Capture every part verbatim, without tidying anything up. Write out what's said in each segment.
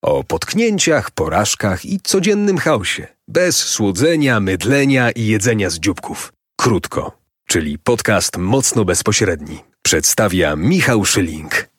O potknięciach, porażkach i codziennym chaosie. Bez słodzenia, mydlenia i jedzenia z dzióbków. Krótko, czyli podcast mocno bezpośredni. Przedstawia Michał Szyling.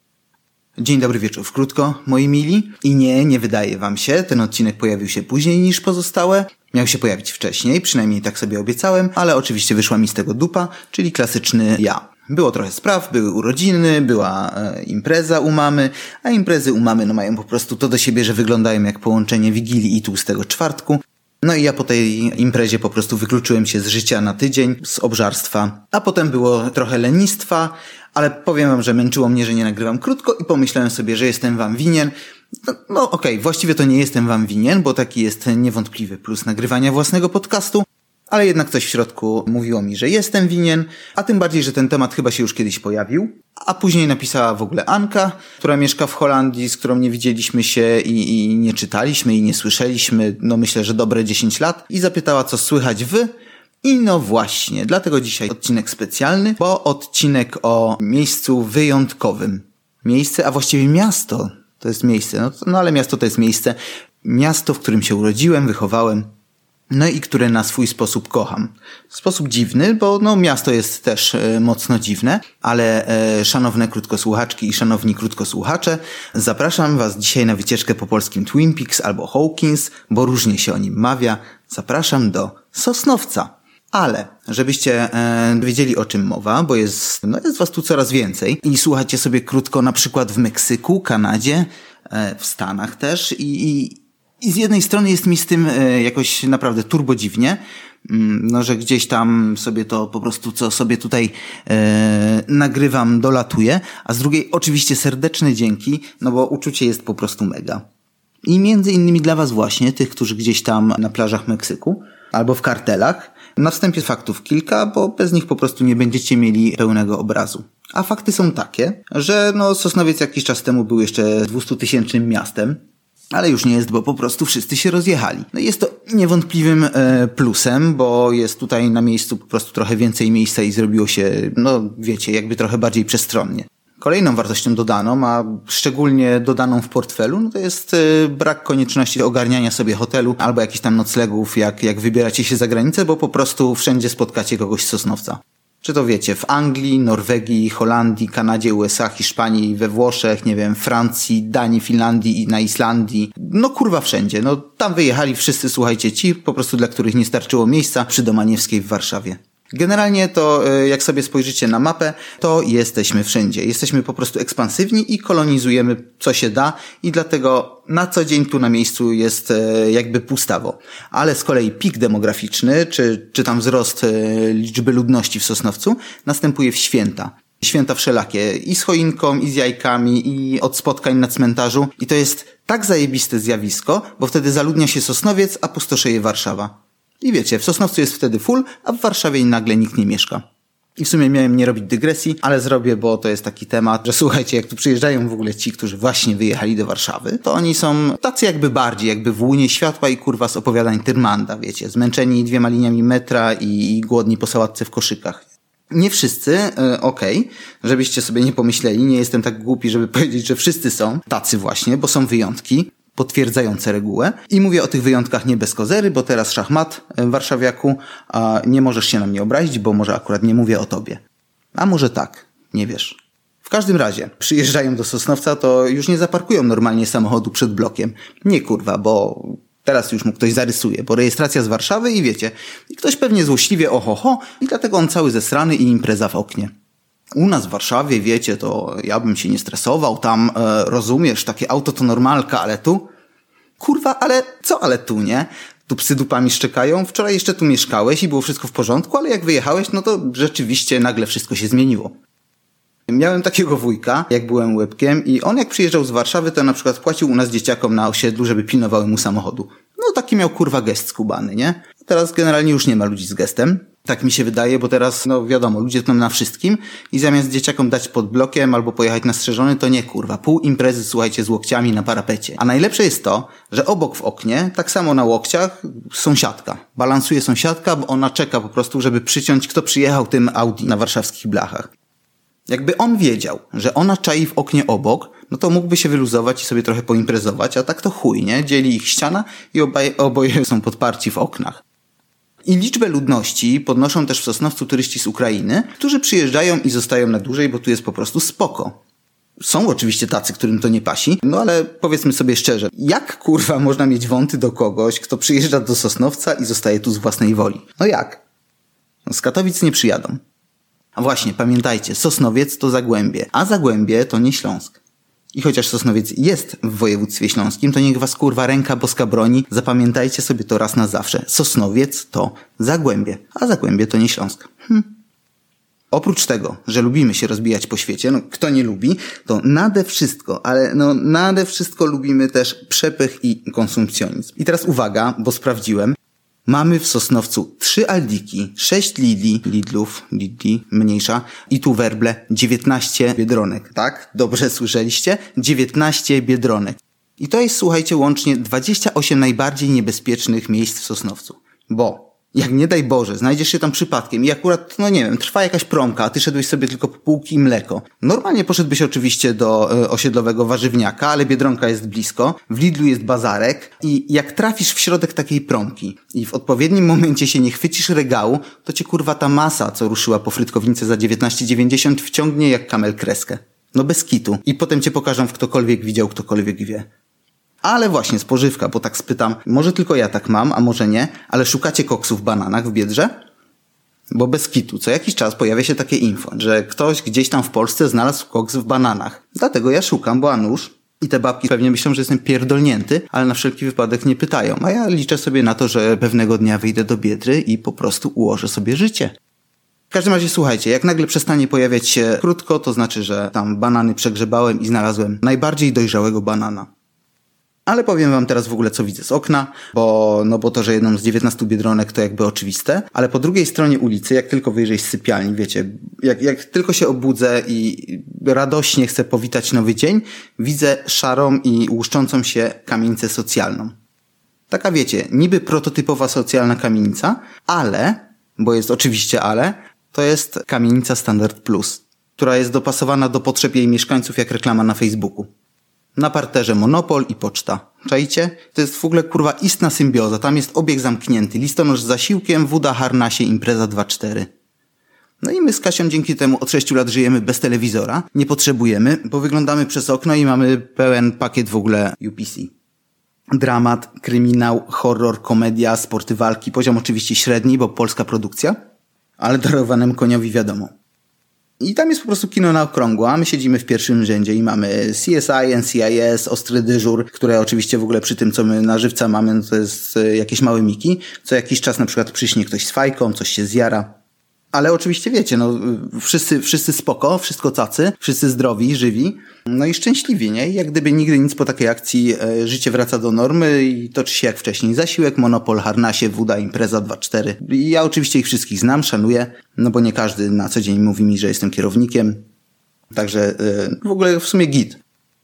Dzień dobry wieczór w krótko, moi mili. I nie, nie wydaje wam się, ten odcinek pojawił się później niż pozostałe. Miał się pojawić wcześniej, przynajmniej tak sobie obiecałem, ale oczywiście wyszła mi z tego dupa, czyli klasyczny ja. Było trochę spraw, były urodziny, była e, impreza u mamy, a imprezy u mamy no mają po prostu to do siebie, że wyglądają jak połączenie Wigilii i Tłustego Czwartku. No i ja po tej imprezie po prostu wykluczyłem się z życia na tydzień, z obżarstwa, a potem było trochę lenistwa, ale powiem wam, że męczyło mnie, że nie nagrywam krótko i pomyślałem sobie, że jestem wam winien. No, no okej, okay, właściwie to nie jestem wam winien, bo taki jest niewątpliwy plus nagrywania własnego podcastu, ale jednak coś w środku mówiło mi, że jestem winien, a tym bardziej, że ten temat chyba się już kiedyś pojawił. A później napisała w ogóle Anka, która mieszka w Holandii, z którą nie widzieliśmy się i, i nie czytaliśmy i nie słyszeliśmy, no myślę, że dobre dziesięć lat i zapytała, co słychać wy. I no właśnie, dlatego dzisiaj odcinek specjalny, bo odcinek o miejscu wyjątkowym. Miejsce, a właściwie miasto to jest miejsce, no, no ale miasto to jest miejsce. Miasto, w którym się urodziłem, wychowałem. No i które na swój sposób kocham. W sposób dziwny, bo no miasto jest też e, mocno dziwne, ale e, szanowne krótkosłuchaczki i szanowni krótkosłuchacze, zapraszam was dzisiaj na wycieczkę po polskim Twin Peaks albo Hawkins, bo różnie się o nim mawia. Zapraszam do Sosnowca. Ale, żebyście e, wiedzieli, o czym mowa, bo jest, no jest was tu coraz więcej i słuchajcie sobie krótko na przykład w Meksyku, Kanadzie, e, w Stanach też i, i I z jednej strony jest mi z tym e, jakoś naprawdę turbo dziwnie, no że gdzieś tam sobie to po prostu, co sobie tutaj e, nagrywam, dolatuje, a z drugiej oczywiście serdeczne dzięki, no bo uczucie jest po prostu mega. I między innymi dla was właśnie, tych, którzy gdzieś tam na plażach Meksyku albo w kartelach, na wstępie faktów kilka, bo bez nich po prostu nie będziecie mieli pełnego obrazu. A fakty są takie, że no Sosnowiec jakiś czas temu był jeszcze dwustutysięcznym miastem, ale już nie jest, bo po prostu wszyscy się rozjechali. No jest to niewątpliwym e, plusem, bo jest tutaj na miejscu po prostu trochę więcej miejsca i zrobiło się, no wiecie, jakby trochę bardziej przestronnie. Kolejną wartością dodaną, a szczególnie dodaną w portfelu, no to jest e, brak konieczności ogarniania sobie hotelu albo jakichś tam noclegów, jak, jak wybieracie się za granicę, bo po prostu wszędzie spotkacie kogoś z Sosnowca. Czy to wiecie, w Anglii, Norwegii, Holandii, Kanadzie, U S A, Hiszpanii, we Włoszech, nie wiem, Francji, Danii, Finlandii i na Islandii. No kurwa wszędzie. No tam wyjechali wszyscy, słuchajcie, ci po prostu dla których nie starczyło miejsca przy Domaniewskiej w Warszawie. Generalnie to jak sobie spojrzycie na mapę, to jesteśmy wszędzie. Jesteśmy po prostu ekspansywni i kolonizujemy co się da i dlatego na co dzień tu na miejscu jest jakby pustawo. Ale z kolei pik demograficzny, czy, czy tam wzrost liczby ludności w Sosnowcu następuje w święta. Święta wszelakie i z choinką, i z jajkami, i od spotkań na cmentarzu. I to jest tak zajebiste zjawisko, bo wtedy zaludnia się Sosnowiec, a pustoszeje Warszawa. I wiecie, w Sosnowcu jest wtedy full, a w Warszawie nagle nikt nie mieszka. I w sumie miałem nie robić dygresji, ale zrobię, bo to jest taki temat, że słuchajcie, jak tu przyjeżdżają w ogóle ci, którzy właśnie wyjechali do Warszawy, to oni są tacy jakby bardziej, jakby w łunie światła i kurwa z opowiadań Tyrmanda, wiecie, zmęczeni dwiema liniami metra i, i głodni po sałatce w koszykach. Nie wszyscy, yy, okej, okay, żebyście sobie nie pomyśleli, nie jestem tak głupi, żeby powiedzieć, że wszyscy są tacy właśnie, bo są wyjątki potwierdzające regułę. I mówię o tych wyjątkach nie bez kozery, bo teraz szachmat, warszawiaku, a nie możesz się na mnie obrazić, bo może akurat nie mówię o tobie. A może tak, nie wiesz. W każdym razie, przyjeżdżają do Sosnowca, to już nie zaparkują normalnie samochodu przed blokiem. Nie kurwa, bo teraz już mu ktoś zarysuje, bo rejestracja z Warszawy i wiecie, i ktoś pewnie złośliwie ohoho i dlatego on cały zesrany i impreza w oknie. U nas w Warszawie, wiecie, to ja bym się nie stresował, tam e, rozumiesz, takie auto to normalka, ale tu? Kurwa, ale co ale tu, nie? Tu psy dupami szczekają, wczoraj jeszcze tu mieszkałeś i było wszystko w porządku, ale jak wyjechałeś, no to rzeczywiście nagle wszystko się zmieniło. Miałem takiego wujka, jak byłem łebkiem i on jak przyjeżdżał z Warszawy, to na przykład płacił u nas dzieciakom na osiedlu, żeby pilnowały mu samochodu. No taki miał kurwa gest skubany, nie? Teraz generalnie już nie ma ludzi z gestem. Tak mi się wydaje, bo teraz, no wiadomo, ludzie tną na wszystkim i zamiast dzieciakom dać pod blokiem albo pojechać na strzeżony, to nie kurwa, pół imprezy, słuchajcie, z łokciami na parapecie. A najlepsze jest to, że obok w oknie, tak samo na łokciach, sąsiadka. Balansuje sąsiadka, bo ona czeka po prostu, żeby przyciąć, kto przyjechał tym Audi na warszawskich blachach. Jakby on wiedział, że ona czai w oknie obok, no to mógłby się wyluzować i sobie trochę poimprezować, a tak to chuj, nie? Dzieli ich ściana i oboje, oboje są podparci w oknach. I liczbę ludności podnoszą też w Sosnowcu turyści z Ukrainy, którzy przyjeżdżają i zostają na dłużej, bo tu jest po prostu spoko. Są oczywiście tacy, którym to nie pasi, no ale powiedzmy sobie szczerze, jak kurwa można mieć wąty do kogoś, kto przyjeżdża do Sosnowca i zostaje tu z własnej woli? No jak? No z Katowic nie przyjadą. A właśnie, pamiętajcie, Sosnowiec to Zagłębie, a Zagłębie to nie Śląsk. I chociaż Sosnowiec jest w województwie śląskim, to niech was kurwa ręka boska broni, zapamiętajcie sobie to raz na zawsze. Sosnowiec to Zagłębie, a Zagłębie to nie Śląsk. Hm. Oprócz tego, że lubimy się rozbijać po świecie, no kto nie lubi, to nade wszystko, ale no nade wszystko lubimy też przepych i konsumpcjonizm. I teraz uwaga, bo sprawdziłem. Mamy w Sosnowcu trzy Aldiki, sześć Lidli, Lidlów, Lidli, mniejsza, i tu werble, dziewiętnaście Biedronek. Tak? Dobrze słyszeliście? dziewiętnaście Biedronek. I to jest, słuchajcie, łącznie dwadzieścia osiem najbardziej niebezpiecznych miejsc w Sosnowcu. Bo jak nie daj Boże, znajdziesz się tam przypadkiem i akurat, no nie wiem, trwa jakaś promka, a ty szedłeś sobie tylko po bułki i mleko. Normalnie poszedłbyś oczywiście do y, osiedlowego warzywniaka, ale Biedronka jest blisko, w Lidlu jest bazarek i jak trafisz w środek takiej promki i w odpowiednim momencie się nie chwycisz regału, to cię kurwa ta masa, co ruszyła po frytkownicy za dziewiętnaście dziewięćdziesiąt, wciągnie jak kamel kreskę. No bez kitu. I potem cię pokażą, w ktokolwiek widział, ktokolwiek wie. Ale właśnie spożywka, bo tak spytam, może tylko ja tak mam, a może nie, ale szukacie koksów w bananach w Biedrze? Bo bez kitu, co jakiś czas pojawia się takie info, że ktoś gdzieś tam w Polsce znalazł koks w bananach. Dlatego ja szukam, bo a nuż. I te babki pewnie myślą, że jestem pierdolnięty, ale na wszelki wypadek nie pytają. A ja liczę sobie na to, że pewnego dnia wyjdę do Biedry i po prostu ułożę sobie życie. W każdym razie słuchajcie, jak nagle przestanie pojawiać się krótko, to znaczy, że tam banany przegrzebałem i znalazłem najbardziej dojrzałego banana. Ale powiem wam teraz w ogóle, co widzę z okna, bo, no bo to, że jedną z dziewiętnastu Biedronek to jakby oczywiste, ale po drugiej stronie ulicy, jak tylko wyjrzeć z sypialni, wiecie, jak, jak tylko się obudzę i radośnie chcę powitać nowy dzień, widzę szarą i łuszczącą się kamienicę socjalną. Taka wiecie, niby prototypowa socjalna kamienica, ale, bo jest oczywiście ale, to jest kamienica Standard Plus, która jest dopasowana do potrzeb jej mieszkańców jak reklama na Facebooku. Na parterze monopol i poczta. Czajcie? To jest w ogóle kurwa istna symbioza. Tam jest obieg zamknięty. Listonosz z zasiłkiem, woda, harnasie, impreza dwa cztery. No i my z Kasią dzięki temu od sześciu lat żyjemy bez telewizora. Nie potrzebujemy, bo wyglądamy przez okno i mamy pełen pakiet w ogóle U P C. Dramat, kryminał, horror, komedia, sporty walki. Poziom oczywiście średni, bo polska produkcja. Ale darowanemu koniowi wiadomo. I tam jest po prostu kino na okrągło, a my siedzimy w pierwszym rzędzie i mamy C S I, N C I S, Ostry Dyżur, które oczywiście w ogóle przy tym, co my na żywca mamy, no to jest jakieś małe miki. Co jakiś czas na przykład przyśnie ktoś z fajką, coś się zjara. Ale oczywiście wiecie, no wszyscy, wszyscy spoko, wszystko cacy, wszyscy zdrowi, żywi, no i szczęśliwi, nie? I jak gdyby nigdy nic po takiej akcji e, życie wraca do normy i toczy się jak wcześniej. Zasiłek, monopol, harnasie, woda, impreza dwa cztery. I ja oczywiście ich wszystkich znam, szanuję, no bo nie każdy na co dzień mówi mi, że jestem kierownikiem. Także e, w ogóle w sumie git.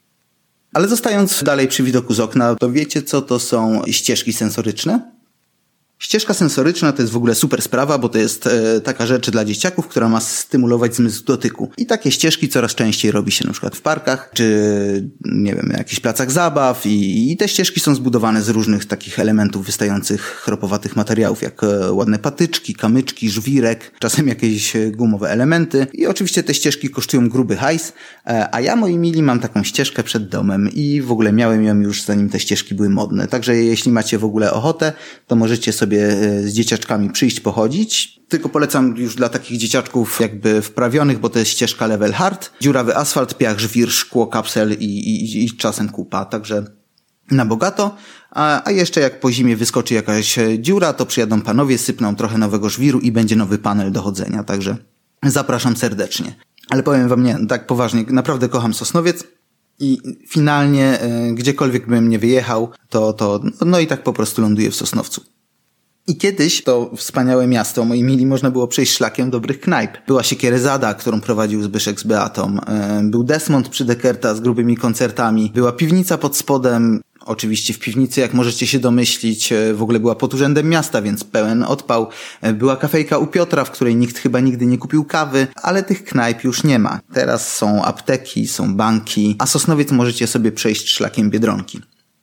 Ale zostając dalej przy widoku z okna, to wiecie co to są ścieżki sensoryczne? Ścieżka sensoryczna to jest w ogóle super sprawa, bo to jest e, taka rzecz dla dzieciaków, która ma stymulować zmysł dotyku. I takie ścieżki coraz częściej robi się na przykład w parkach, czy nie wiem, jakichś placach zabaw i, i te ścieżki są zbudowane z różnych takich elementów wystających chropowatych materiałów, jak e, ładne patyczki, kamyczki, żwirek, czasem jakieś gumowe elementy. I oczywiście te ścieżki kosztują gruby hajs, e, a ja, moi mili, mam taką ścieżkę przed domem i w ogóle miałem ją już zanim te ścieżki były modne. Także jeśli macie w ogóle ochotę, to możecie sobie z dzieciaczkami przyjść, pochodzić. Tylko polecam już dla takich dzieciaczków jakby wprawionych, bo to jest ścieżka level hard. Dziurawy asfalt, piach, żwir, szkło, kapsel i, i, i czasem kupa. Także na bogato. A, a jeszcze jak po zimie wyskoczy jakaś dziura, to przyjadą panowie, sypną trochę nowego żwiru i będzie nowy panel do chodzenia. Także zapraszam serdecznie. Ale powiem wam nie, tak poważnie, naprawdę kocham Sosnowiec. I finalnie, e, gdziekolwiek bym nie wyjechał, to, to no i tak po prostu ląduję w Sosnowcu. I kiedyś to wspaniałe miasto, moi mili, można było przejść szlakiem dobrych knajp. Była Siekierezada, którą prowadził Zbyszek z Beatą. Był Desmond przy Dekerta z grubymi koncertami. Była piwnica pod spodem, Oczywiście w piwnicy, jak możecie się domyślić, w ogóle była pod urzędem miasta, więc pełen odpał. Była kafejka u Piotra, w której nikt chyba nigdy nie kupił kawy, ale tych knajp już nie ma. Teraz są apteki, są banki, a Sosnowiec możecie sobie przejść szlakiem Biedronki.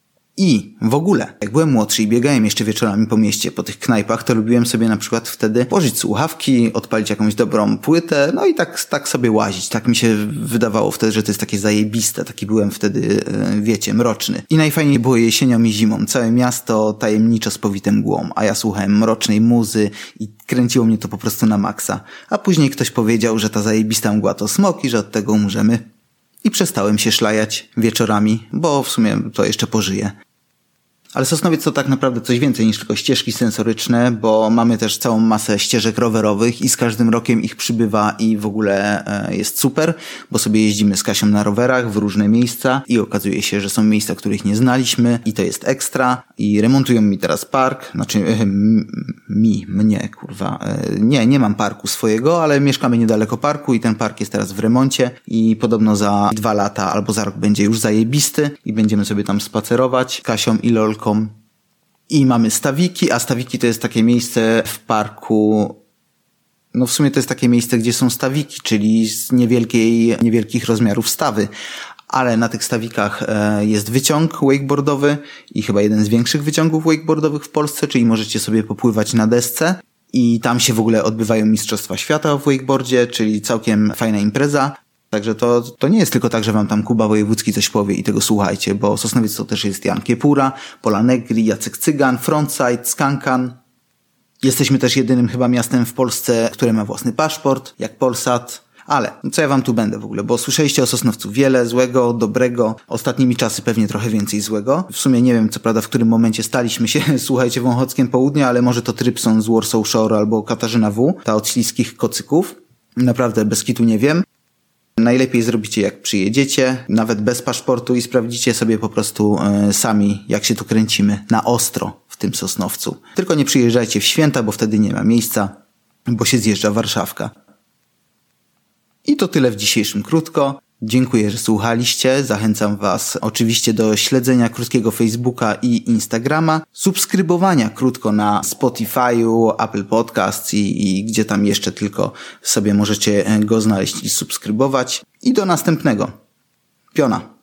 I w ogóle, jak byłem młodszy i biegałem jeszcze wieczorami po mieście, po tych knajpach, to lubiłem sobie na przykład wtedy położyć słuchawki, odpalić jakąś dobrą płytę, no i tak, tak sobie łazić. Tak mi się wydawało wtedy, że to jest takie zajebiste. Taki byłem wtedy, wiecie, mroczny. I najfajniej było jesienią i zimą. Całe miasto tajemniczo spowite mgłą, a ja słuchałem mrocznej muzy i kręciło mnie to po prostu na maksa. A później ktoś powiedział, że ta zajebista mgła to smok i że od tego umrzemy. I przestałem się szlajać wieczorami, bo w sumie to jeszcze pożyję. Ale Sosnowiec to tak naprawdę coś więcej niż tylko ścieżki sensoryczne, bo mamy też całą masę ścieżek rowerowych i z każdym rokiem ich przybywa i w ogóle jest super, bo sobie jeździmy z Kasią na rowerach w różne miejsca i okazuje się, że są miejsca, których nie znaliśmy i to jest ekstra i remontują mi teraz park, znaczy e, mi, mnie, kurwa, e, nie, nie mam parku swojego, ale mieszkamy niedaleko parku i ten park jest teraz w remoncie i podobno za dwa lata albo za rok będzie już zajebisty i będziemy sobie tam spacerować Kasią i Lolką. I mamy stawiki, a stawiki to jest takie miejsce w parku, no w sumie to jest takie miejsce, gdzie są stawiki, czyli z niewielkiej, niewielkich rozmiarów stawy. Ale na tych stawikach jest wyciąg wakeboardowy i chyba jeden z większych wyciągów wakeboardowych w Polsce, czyli możecie sobie popływać na desce. I tam się w ogóle odbywają Mistrzostwa Świata w wakeboardzie, czyli całkiem fajna impreza. Także to, to nie jest tylko tak, że wam tam Kuba Wojewódzki coś powie i tego słuchajcie, bo Sosnowiec to też jest Jan Kiepura, Pola Negri, Jacek Cygan, Frontside, Skankan. Jesteśmy też jedynym chyba miastem w Polsce, które ma własny paszport, jak Polsat. Ale co ja wam tu będę w ogóle, bo słyszeliście o Sosnowcu wiele złego, dobrego, ostatnimi czasy pewnie trochę więcej złego. W sumie nie wiem co prawda, w którym momencie staliśmy się, słuchajcie, Wąchockiem Południa, ale może to Trypson z Warsaw Shore albo Katarzyna W., ta od śliskich kocyków. Naprawdę bez kitu nie wiem. Najlepiej zrobicie jak przyjedziecie, nawet bez paszportu i sprawdzicie sobie po prostu y, sami, jak się tu kręcimy na ostro w tym Sosnowcu. Tylko nie przyjeżdżajcie w święta, bo wtedy nie ma miejsca, bo się zjeżdża Warszawka. I to tyle w dzisiejszym Krótko. Dziękuję, że słuchaliście. Zachęcam was oczywiście do śledzenia Krótkiego Facebooka i Instagrama, subskrybowania Krótko na Spotify'u, Apple Podcasts i, i gdzie tam jeszcze tylko sobie możecie go znaleźć i subskrybować. I do następnego. Piona.